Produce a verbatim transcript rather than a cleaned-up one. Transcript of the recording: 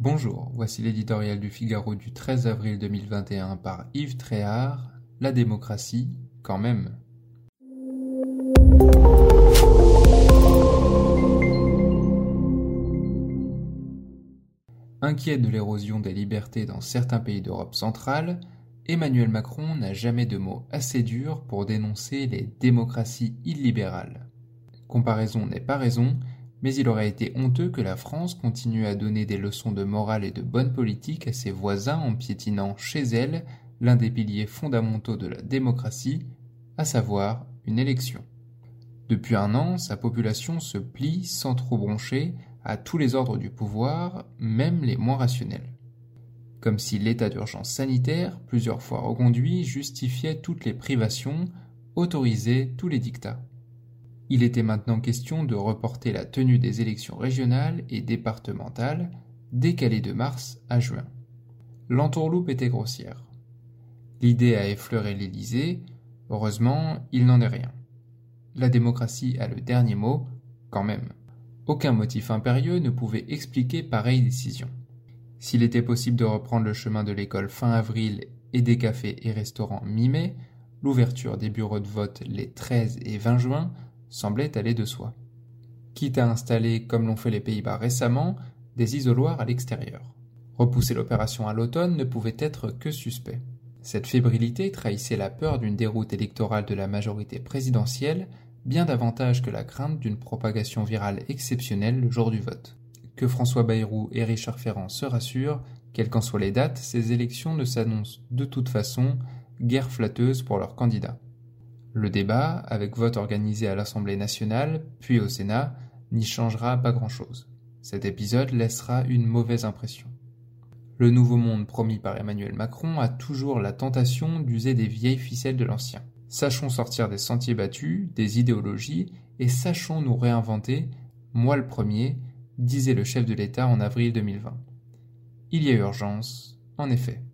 Bonjour, voici l'éditorial du Figaro du treize avril deux mille vingt et un par Yves Tréhard, La démocratie, quand même. Inquiet de l'érosion des libertés dans certains pays d'Europe centrale, Emmanuel Macron n'a jamais de mots assez durs pour dénoncer les démocraties illibérales. Comparaison n'est pas raison, mais il aurait été honteux que la France continue à donner des leçons de morale et de bonne politique à ses voisins en piétinant chez elle l'un des piliers fondamentaux de la démocratie, à savoir une élection. Depuis un an, sa population se plie sans trop broncher à tous les ordres du pouvoir, même les moins rationnels. Comme si l'état d'urgence sanitaire, plusieurs fois reconduit, justifiait toutes les privations, autorisait tous les dictats. Il était maintenant question de reporter la tenue des élections régionales et départementales, décalées de mars à juin. L'entourloupe était grossière. L'idée a effleuré l'Élysée, heureusement, il n'en est rien. La démocratie a le dernier mot, quand même. Aucun motif impérieux ne pouvait expliquer pareille décision. S'il était possible de reprendre le chemin de l'école fin avril et des cafés et restaurants mi-mai, l'ouverture des bureaux de vote les treize et vingt juin semblait aller de soi. Quitte à installer, comme l'ont fait les Pays-Bas récemment, des isoloirs à l'extérieur. Repousser l'opération à l'automne ne pouvait être que suspect. Cette fébrilité trahissait la peur d'une déroute électorale de la majorité présidentielle, bien davantage que la crainte d'une propagation virale exceptionnelle le jour du vote. Que François Bayrou et Richard Ferrand se rassurent, quelles qu'en soient les dates, ces élections ne s'annoncent de toute façon guère flatteuses pour leurs candidats. Le débat, avec vote organisé à l'Assemblée nationale, puis au Sénat, n'y changera pas grand-chose. Cet épisode laissera une mauvaise impression. Le nouveau monde promis par Emmanuel Macron a toujours la tentation d'user des vieilles ficelles de l'ancien. Sachons sortir des sentiers battus, des idéologies, et sachons nous réinventer, moi le premier, disait le chef de l'État en avril deux mille vingt. Il y a urgence, en effet.